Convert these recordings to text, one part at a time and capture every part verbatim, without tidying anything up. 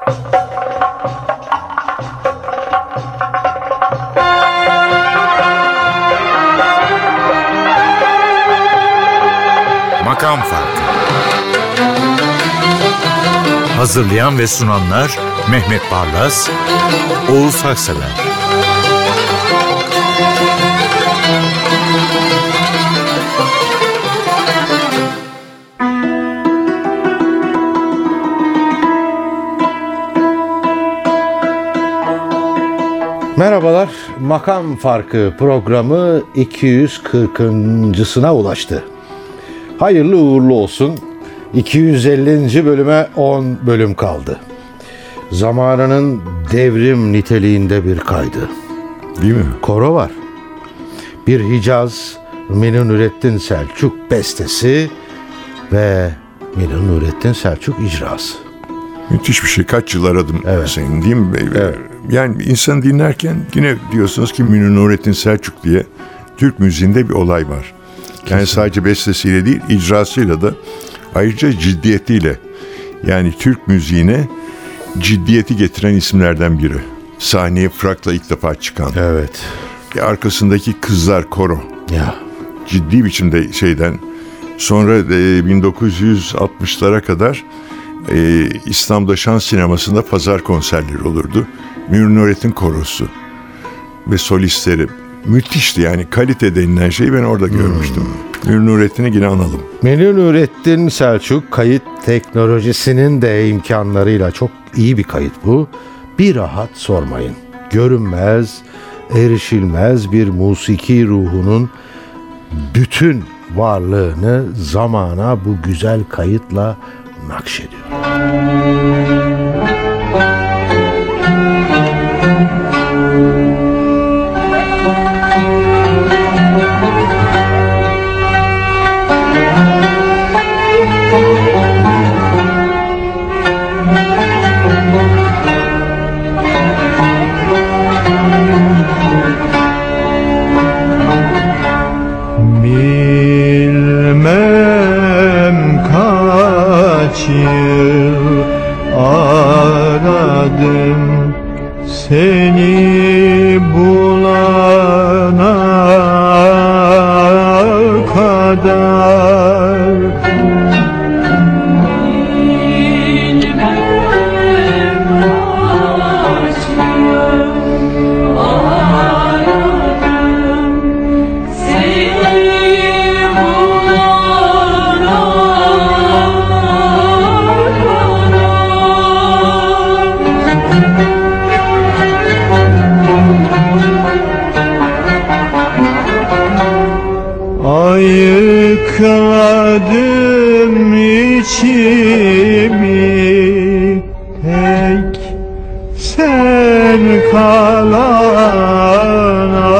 Makam Farkı. Hazırlayan ve sunanlar Mehmet Barlas, Oğuz Haksever. Merhabalar, Makam Farkı programı iki yüz kırkıncısına ulaştı. Hayırlı uğurlu olsun. iki yüz ellinci bölüme on bölüm kaldı. Zamanının devrim niteliğinde bir kaydı. Değil mi? Koro var. Bir Hicaz, Münir Nurettin Selçuk bestesi ve Münir Nurettin Selçuk icrası. Müthiş bir şey. Kaç yıl aradım Evet. senin, değil mi? Evet. Yani insan dinlerken yine diyorsunuz ki Münir Nurettin Selçuk diye Türk müziğinde bir olay var. Yani sadece bestesiyle değil, icrasıyla da, ayrıca ciddiyetiyle, yani Türk müziğine ciddiyeti getiren isimlerden biri. Sahneye frakla ilk defa çıkan. Evet. Arkasındaki kızlar, koro. Ya. Ciddi biçimde şeyden. Sonra e, bin dokuz yüz altmışlara kadar e, İstanbul'da Şans Sineması'nda pazar konserleri olurdu. Münir Nurettin korosu ve solistleri. Müthişti, yani kalite denilen şeyi ben orada görmüştüm. Hmm. Münir Nurettin'i yine analım. Münir Nurettin Selçuk kayıt teknolojisinin de imkanlarıyla çok iyi bir kayıt bu. Bir rahat sormayın. Görünmez, erişilmez bir musiki ruhunun bütün varlığını zamana bu güzel kayıtla nakşediyor. Yıl aradım seni bulana kadar. Ayıkladım içimi tek sen kalana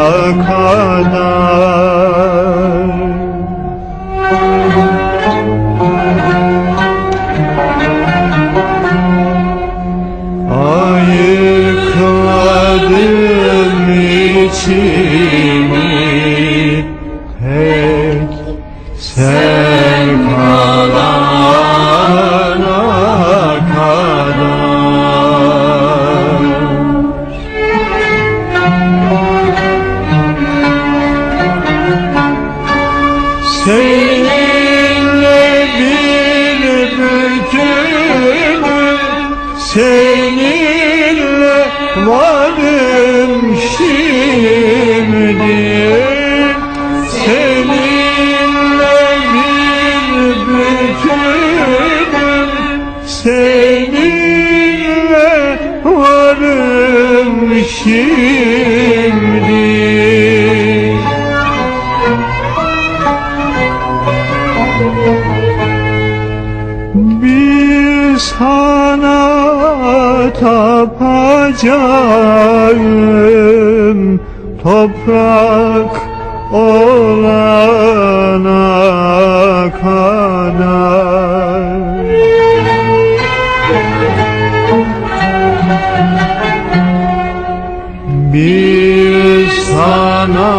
kadar. Ayıkladım içimi tek sen kalana kadar. Seninle bir bütünüm, seninle varım şimdi. Seninle bir bütünüm, seninle varım şimdi. Bir sana tapacağım, toprak olana kadar. Bir sana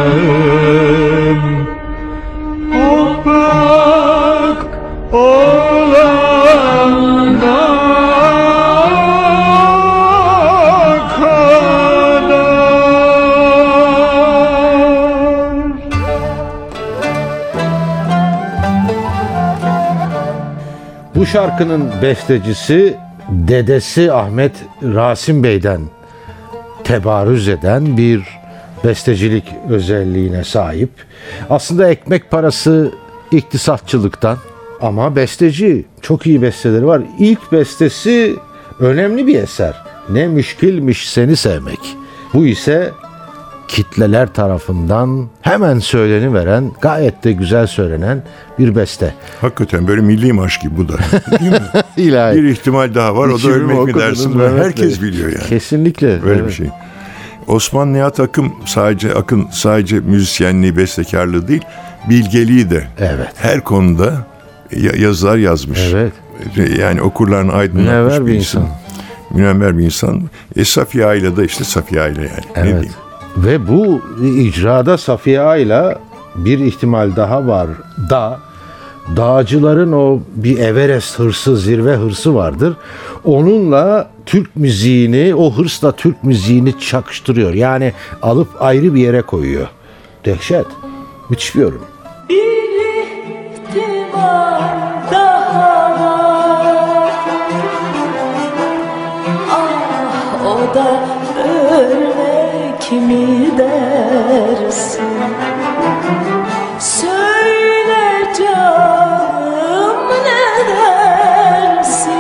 tapacağım, toprak olana Bu şarkının bestecisi dedesi Ahmet Rasim Bey'den tebarüz eden bir bestecilik özelliğine sahip. Aslında ekmek parası iktisatçılıktan ama besteci, çok iyi besteleri var. İlk bestesi önemli bir eser. Ne müşkilmiş seni sevmek. Bu ise kitleler tarafından hemen söyleniveren, gayet de güzel söylenen bir beste. Hakikaten böyle milli marş gibi bu da. Değil mi? İlahi. Bir ihtimal daha var. O da ölmek mi dersin? Bunu herkes Bey. biliyor yani. Kesinlikle. Böyle evet. bir şey. Osman Nihat Akın sadece Akın sadece müzisyenliği, bestekarlığı değil, bilgeliği de. Evet. Her konuda yazılar yazmış. Evet. Yani okurlarını aydınlatmış Münevver bir, bir insan. insan. Münevver bir insan. E Safiye Ayla da işte Safiye Ayla yani. Evet. Ne diyeyim? Ve bu icrada Safiye Ayla bir ihtimal daha var da dağcıların o bir Everest hırsı, zirve hırsı vardır. Onunla Türk müziğini, o hırsla Türk müziğini çakıştırıyor. Yani alıp ayrı bir yere koyuyor. Dehşet. Müthiş bir yorum. Bir ihtimal daha var. Ah, o da ölmek mi dersin? Söyle canım, ne dersin?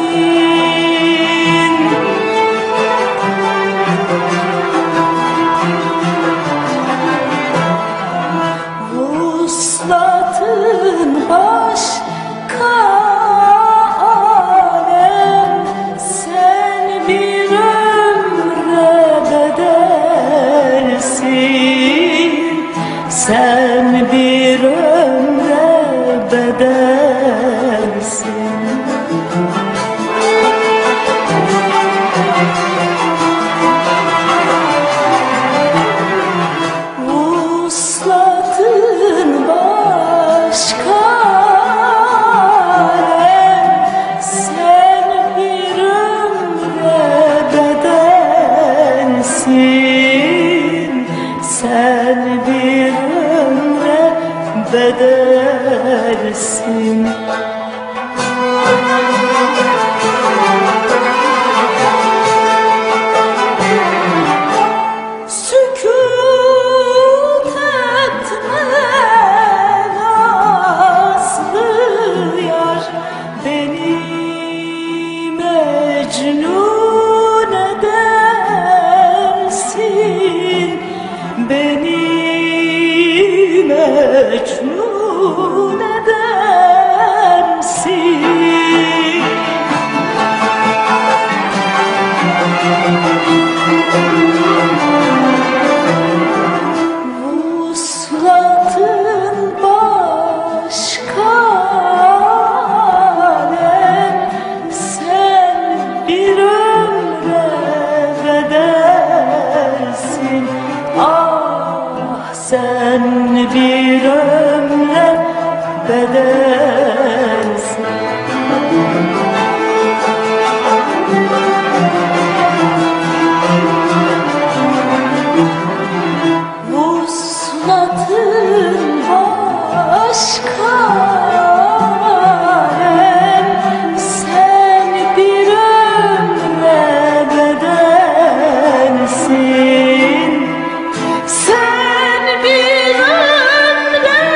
Vuslatın başka alem, sen bir ömre bedelsin, sen bir ömre bedelsin. Vuslatın başka alem, sen bir ömre bedelsin, sen bir ömre bedelsin. Sükût etme nazlı yar, beni mecnun edersin, beni mecnun edersin. Vuslatın başka alem, sen bir ömre bedelsin. Ah, sen bir ömre bedelsin. Vuslatın başka alem, sen bir ömre bedelsin, sen bir ömre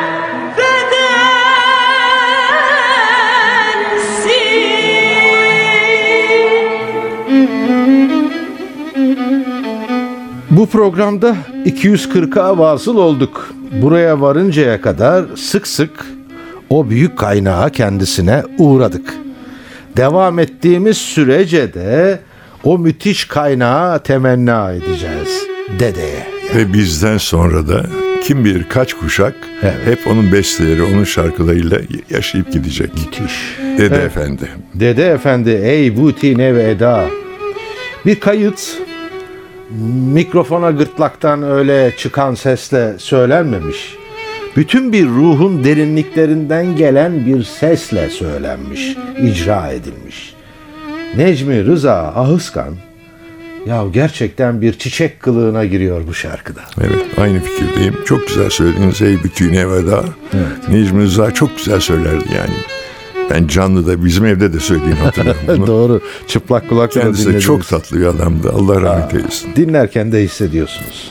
bedelsin. Bu programda iki yüz kırka vasıl olduk. Buraya varıncaya kadar sık sık o büyük kaynağa kendisine uğradık. Devam ettiğimiz sürece de o müthiş kaynağa temenna edeceğiz. Dedeye. Ve bizden sonra da kim bilir kaç kuşak Evet. hep onun besteleri, onun şarkılarıyla yaşayıp gidecek. Müthiş. Dede Evet. Efendi. Dede Efendi, ey buti nev eda. Bir kayıt mikrofona gırtlaktan öyle çıkan sesle söylenmemiş. bütün bir ruhun derinliklerinden gelen bir sesle söylenmiş, icra edilmiş. Necmi Rıza Ahıskan, ya gerçekten bir çiçek kılığına giriyor bu şarkıda. Evet, aynı fikirdeyim. Çok güzel söylediniz. Ey bütüne veda. Evet. Necmi Rıza çok güzel söylerdi yani. Ben canlıda bizim evde de söylediğini hatırlıyorum bunu. Doğru. Çıplak kulakla kendisi de çok tatlı bir adamdı. Allah rahmet eylesin. Dinlerken de hissediyorsunuz.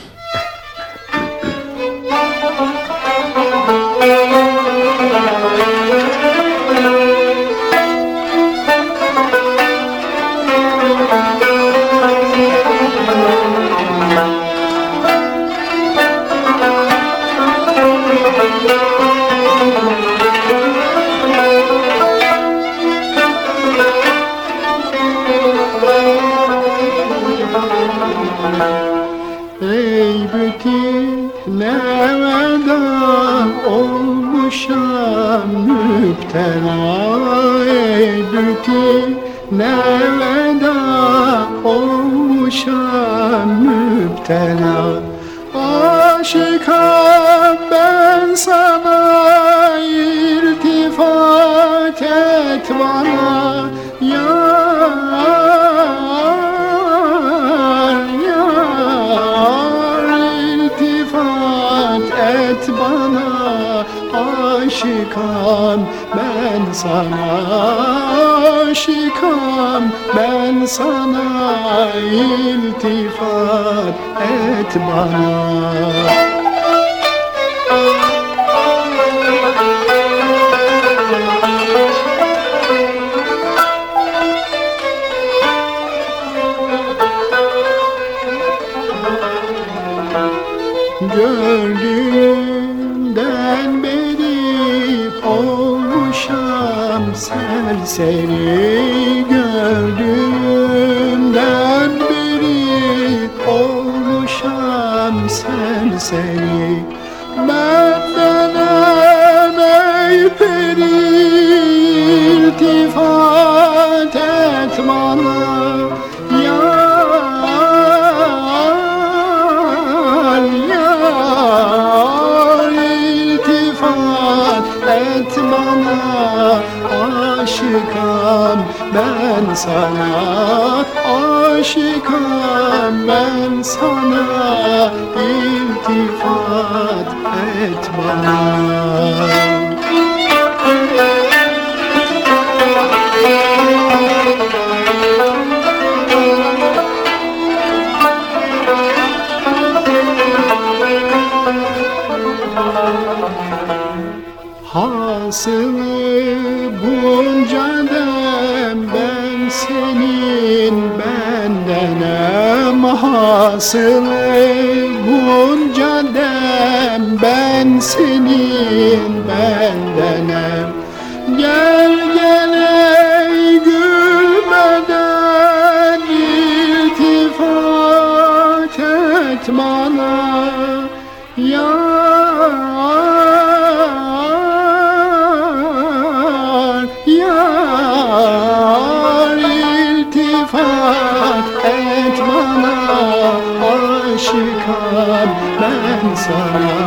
Ey bütüne veda olmuşam müptela. Ey bütüne veda olmuşam müptela. Aşıkam ben sana, iltifat et bana. Yar, yar, iltifat et bana. Aşıkam ben sana, aşıkam ben sana, iltifat et bana. Gördüğümden beri olmuşam serseri. Gördüğümden beri olmuşam serseri. Benden ey peri, iltifat et bana. Aşıkam ben sana, aşıkam ben sana, iltifat et bana. Hasılı bunca dem ben senin bendenem. Hasılı bunca dem ben senin bendenem. Gel gel ey gülmeden, iltifat et bana. Yar, yar, iltifat et bana. Aşıkam ben sana,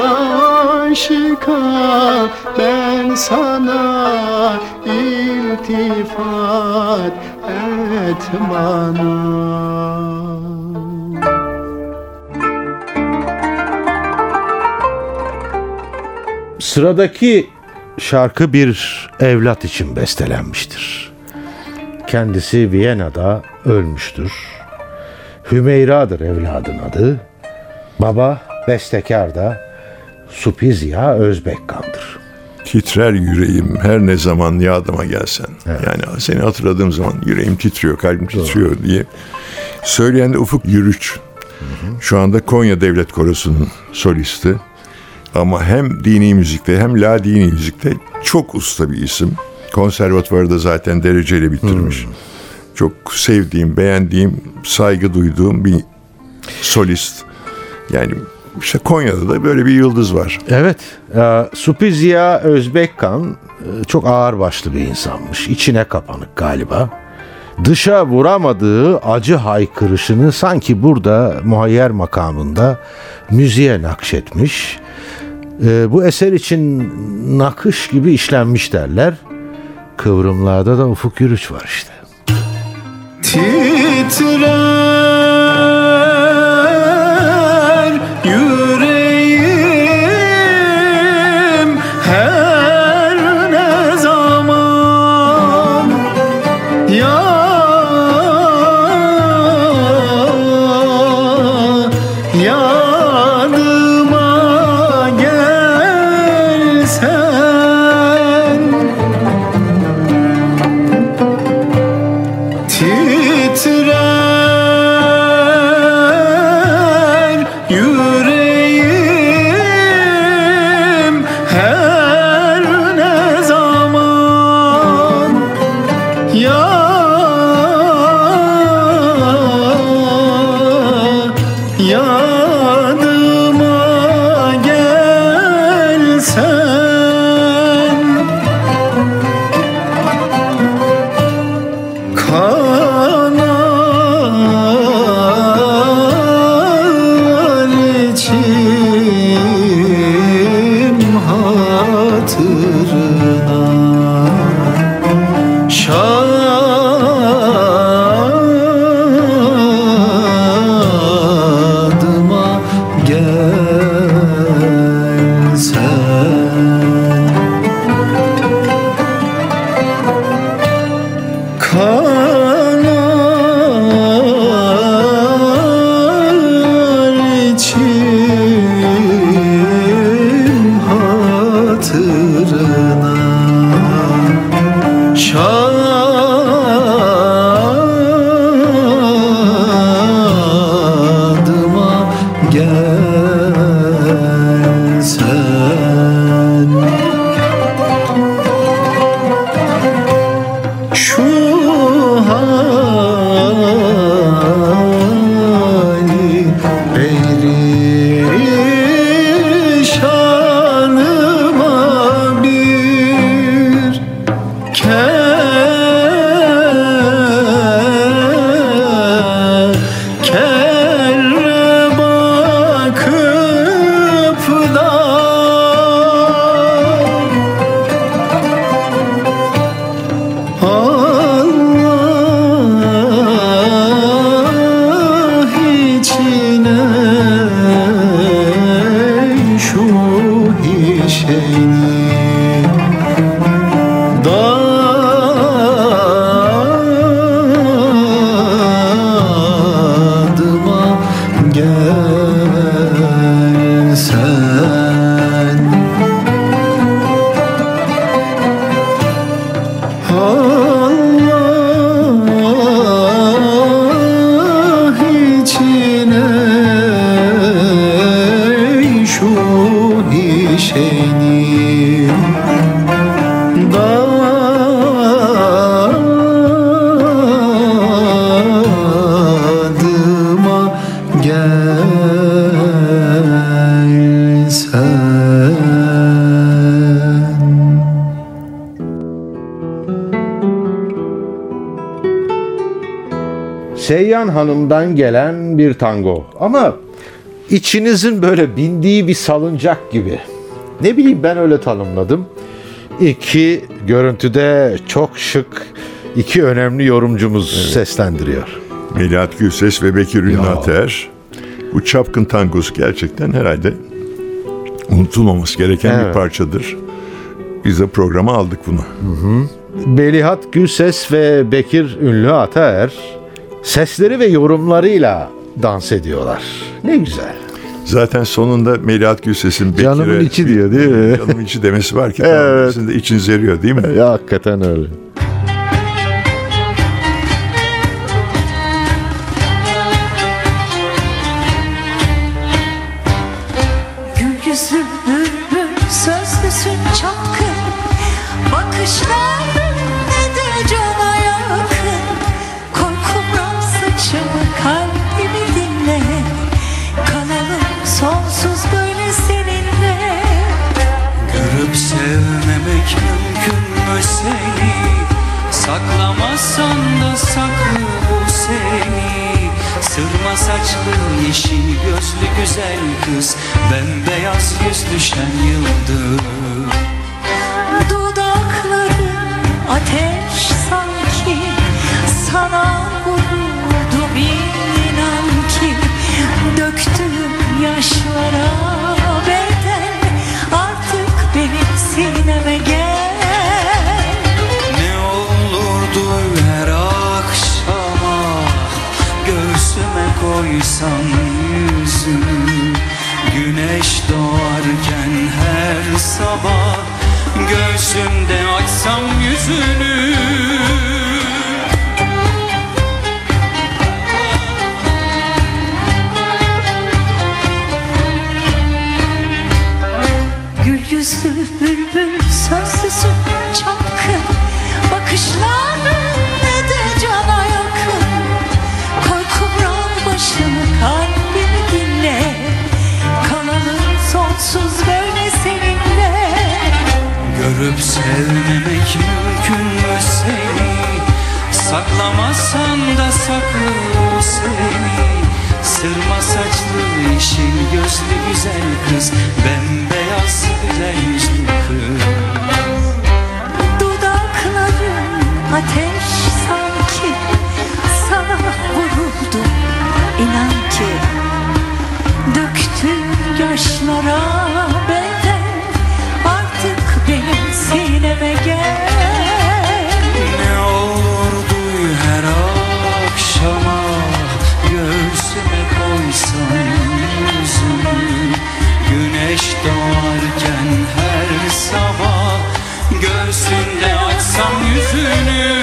aşıkam ben sana, iltifat et bana. Sıradaki şarkı bir evlat için bestelenmiştir. Kendisi Viyana'da ölmüştür. Hümeyra'dır evladın adı. Baba bestekar da Supizya Özbekkan'dır. Titrer yüreğim her ne zaman yadıma gelsen. Evet. Yani seni hatırladığım zaman yüreğim titriyor, kalbim titriyor. Doğru. Diye. Söyleyen de Ufuk Yürüç. Hı hı. Şu anda Konya Devlet Korosu'nun solisti. Ama hem dini müzikte hem la dini müzikte çok usta bir isim. Konservatuvarı da zaten dereceyle bitirmiş. Hmm. Çok sevdiğim, beğendiğim, saygı duyduğum bir solist. Yani işte Konya'da da böyle bir yıldız var. Evet. E, Supizya Özbekkan e, çok ağırbaşlı bir insanmış. İçine kapanık galiba. Dışa vuramadığı acı haykırışını sanki burada muhayyer makamında müziğe nakşetmiş. Ee, bu eser için nakış gibi işlenmiş derler. Kıvrımlarda da Ufuk Yürüç var işte. Titrer yüreğim her ne zaman ya yanıma gelsen titrer yüreğim her ne zaman ya yanıma gelsen kanar içim hatırına şadıma gelsen kanar içim hatırına şadıma gelsen şu hali perişanıma bir kere kere bakıp da Allah içine şu işeni dadıma gelsen Allah içine şu işeni dadıma gelsen. Seyyan Hanım'dan gelen bir tango. Ama içinizin böyle bindiği bir salıncak gibi. Ne bileyim, ben öyle tanımladım. İki görüntüde çok şık iki önemli yorumcumuz seslendiriyor. Melahat Gülses ve Bekir Ünlü Ataer. Bu çapkın tangosu gerçekten herhalde unutulmaması gereken Evet. bir parçadır. Biz de programa aldık bunu. Melahat Gülses ve Bekir Ünlü Ataer sesleri ve yorumlarıyla dans ediyorlar. Ne güzel. Zaten sonunda Melahat Gülses'in Bekir'e Canımın içi diyor, değil mi? Canımın içi demesi var ki Evet. tamam, sizin de içiniz eriyor değil mi? Ya hakikaten öyle. Gül yüzlü bülbül sözlüsün çapkın, bakışların ne de cana yakın. Koy kumral saçımı, kalbimi dinle, kalalım sonsuz böyle seninle. Görüp sevmemek mümkün mü seni? Saklamazsan da saklı bu seni. Sırma saçlı yeşil gözlü güzel kız, bembeyaz yüzlü şen yıldız. Dudakların ateş sanki, sana vurdum inan ki. Döktüğüm yaşlara bedel, artık benim sineme gel. Ne olurdu her akşama göğsüme koysam yüzünü, güneş doğarken her sabah göğsümde açsam yüzünü. Gül yüzlü bülbül sözlüsün çapkın, bakışların ne de cana yakın. Koy kumral başını, kalbimi dinle, kalalım sonsuz böyle seninle. Görüp sevmemek mümkün mü seni? Saklamazsan da saklı seni. Sırma saçlı yeşil gözlü güzel kız, bembeyaz güzel yüzlü kız. Dudakların ateş sanki, sana vuruldum inan ki. Döktüğüm yaşlara bedel, artık benim sineme gel. Ne olurdu her akşama göğsüme koysam yüzünü, güneş doğarken her sabah göğsünde açsam yüzünü.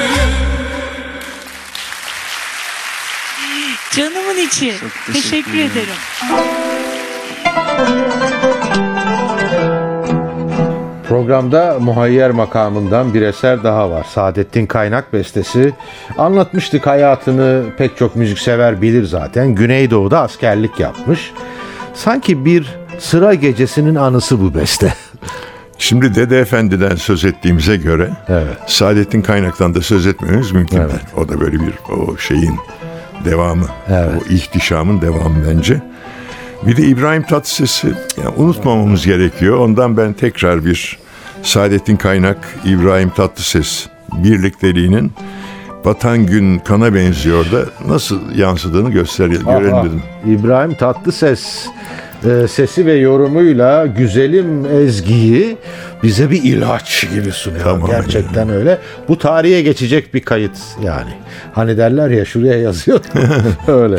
Canımın içi. teşekkür Teşekkür ederim. ederim. Programda muhayyer makamından bir eser daha var. Saadettin Kaynak bestesi. Anlatmıştık, hayatını pek çok müziksever bilir zaten. Güneydoğu'da askerlik yapmış. Sanki bir sıra gecesinin anısı bu beste. Şimdi Dede Efendi'den söz ettiğimize göre Evet. Saadettin Kaynak'tan da söz etmemiz mümkün Evet. değil. O da böyle bir o şeyin devamı. Evet. O ihtişamın devamı bence. Bir de İbrahim Tatlıses'i yani unutmamamız gerekiyor. Ondan ben tekrar bir Saadettin Kaynak, İbrahim Tatlıses birlikteliğinin batan gün kana benziyor da nasıl yansıdığını gösterelim, görelim Aha, dedim. İbrahim Tatlıses e, sesi ve yorumuyla güzelim ezgiyi bize bir ilaç gibi sunuyor. Tamam. Gerçekten öyle. Bu tarihe geçecek bir kayıt yani. Hani derler ya, şuraya yazıyor. Öyle.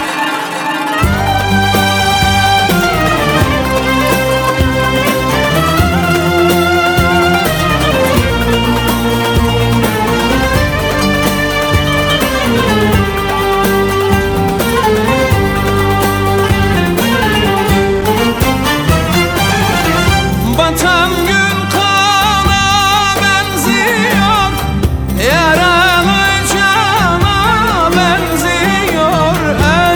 Batan gün kana benziyor, yaralı cana benziyor.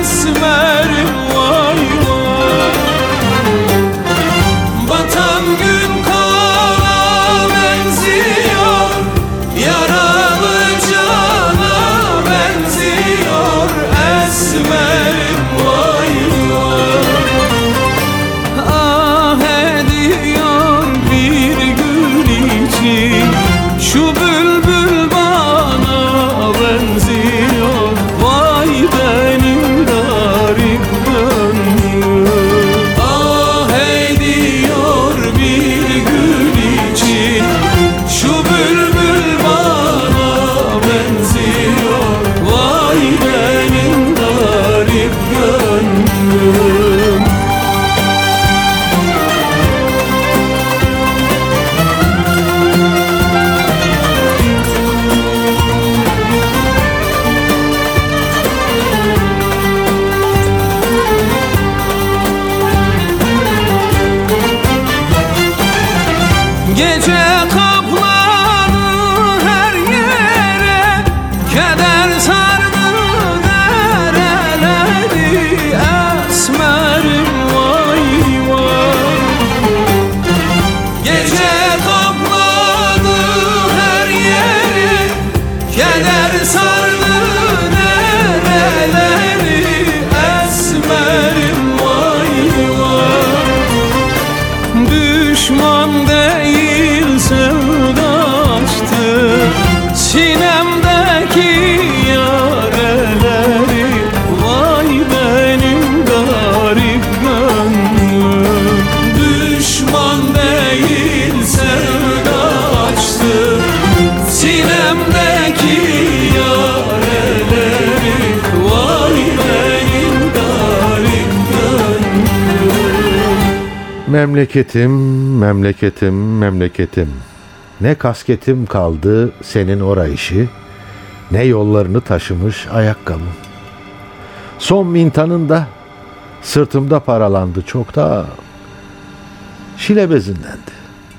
Memleketim, memleketim, memleketim. Ne kasketim kaldı senin orayışı, ne yollarını taşımış ayakkabım. Son mintanın da sırtımda paralandı çok da şile bezindendi.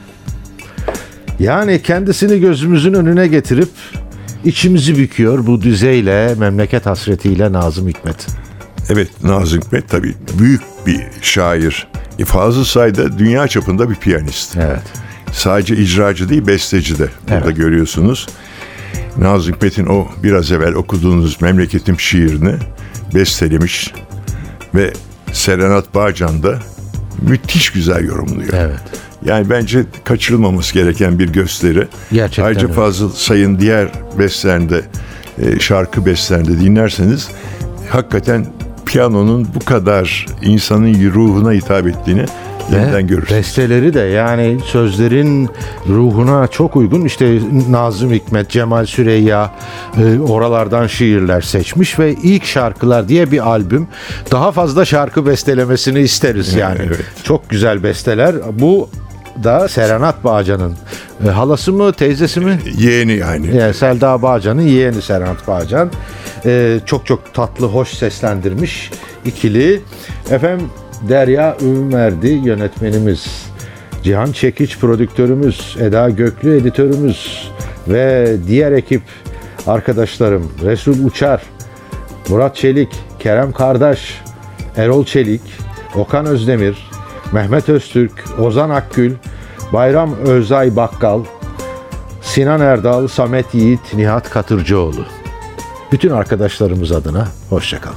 Yani kendisini gözümüzün önüne getirip içimizi büküyor bu düzeyle, memleket hasretiyle Nazım Hikmet. Evet, Nazım Hikmet tabii büyük bir şair. E, Fazıl Say da dünya çapında bir piyanist. Evet. Sadece icracı değil, besteci de burada Evet. görüyorsunuz. Nazım Hikmet'in o biraz evvel okuduğunuz Memleketim şiirini bestelemiş ve Serenat Bağcan da müthiş güzel yorumluyor. Evet. Yani bence kaçırılmaması gereken bir gösteri. Gerçekten Ayrıca öyle. Fazıl Say'ın diğer bestlerinde, e, şarkı bestlerinde dinlerseniz hakikaten piyanonun bu kadar insanın ruhuna hitap ettiğini yeniden görürsünüz. Besteleri de yani sözlerin ruhuna çok uygun. İşte Nazım Hikmet, Cemal Süreyya e, oralardan şiirler seçmiş ve ilk şarkılar diye bir albüm. Daha fazla şarkı bestelemesini isteriz yani. Evet. Çok güzel besteler. Bu da Serenat Bağcan'ın e, halası mı, teyzesi mi? Yeğeni yani. Yani Selda Bağcan'ın yeğeni Serenat Bağcan. Ee, çok çok tatlı, hoş seslendirmiş ikili. Efendim Derya Ümerdi yönetmenimiz. Cihan Çekiç prodüktörümüz. Eda Göklü editörümüz. Ve diğer ekip arkadaşlarım Resul Uçar, Murat Çelik, Kerem Kardeş, Erol Çelik, Okan Özdemir, Mehmet Öztürk, Ozan Akgül, Bayram Özay Bakkal, Sinan Erdal, Samet Yiğit, Nihat Katırcıoğlu. Bütün arkadaşlarımız adına hoşça kalın.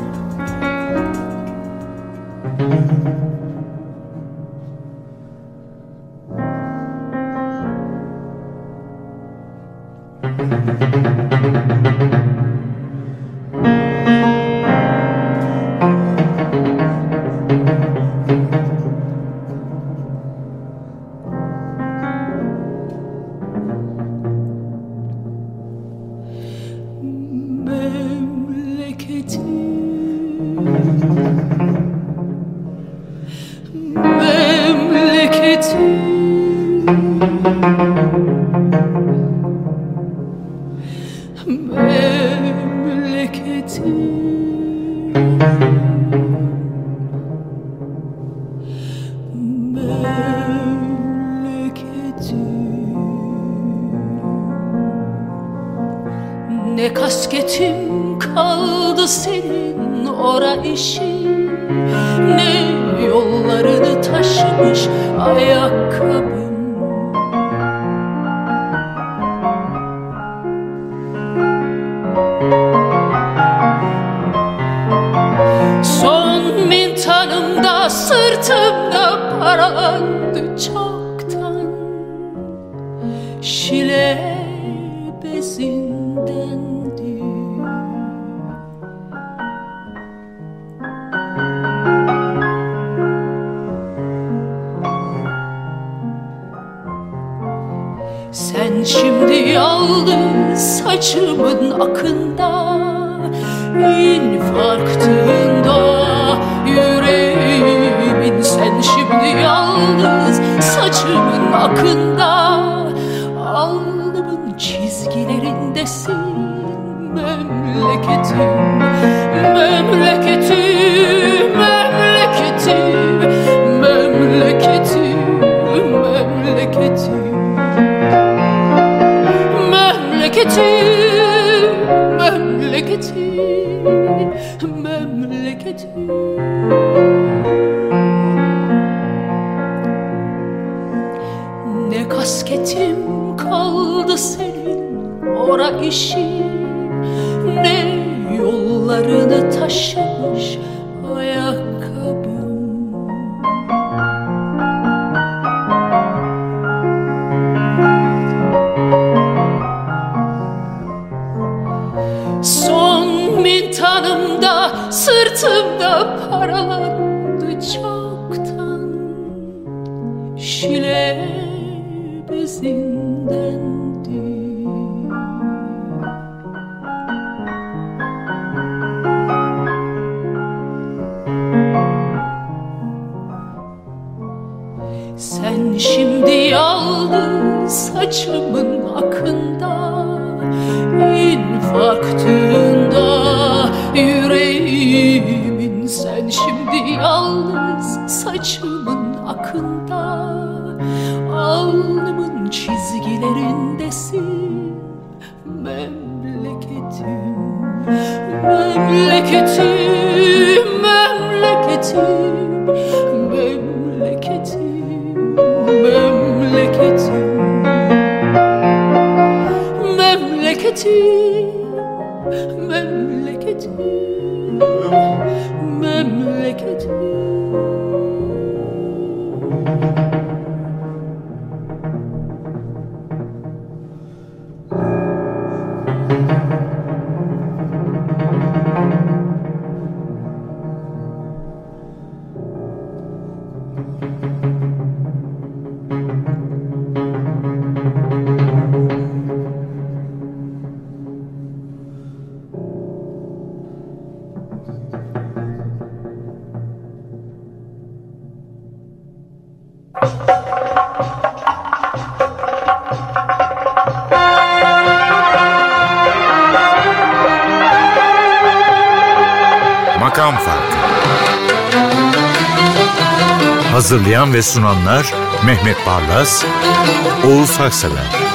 Ne kasketim kaldı senin ora işin, ne yollarını taşımış ayakkabın. Son mintanımda sırtımda paralandı çoktan, şile bezindendi. Sen şimdi yalnız saçımın akında, infarktında yüreğimin. Sen şimdi yalnız saçımın akında, alnımın çizgilerindesin. Memleketim, memleketim, memleketim, memleketim, memleketim, memleketim, memleketim, memleketim. Ne kasketim kaldı senin ora işin, ne yollarını taşımış ayakkabın. Son mintanımda sırtımda paralandı çoktan, şile bezindendi. farkında, alnımın çizgilerindesin. Memleketim, memleketim, memleketim, memleketim, memleketim, memleketim, memleketim, memleketim. Makam Farkı. Hazırlayan ve sunanlar Mehmet Barlas, Oğuz Haksever.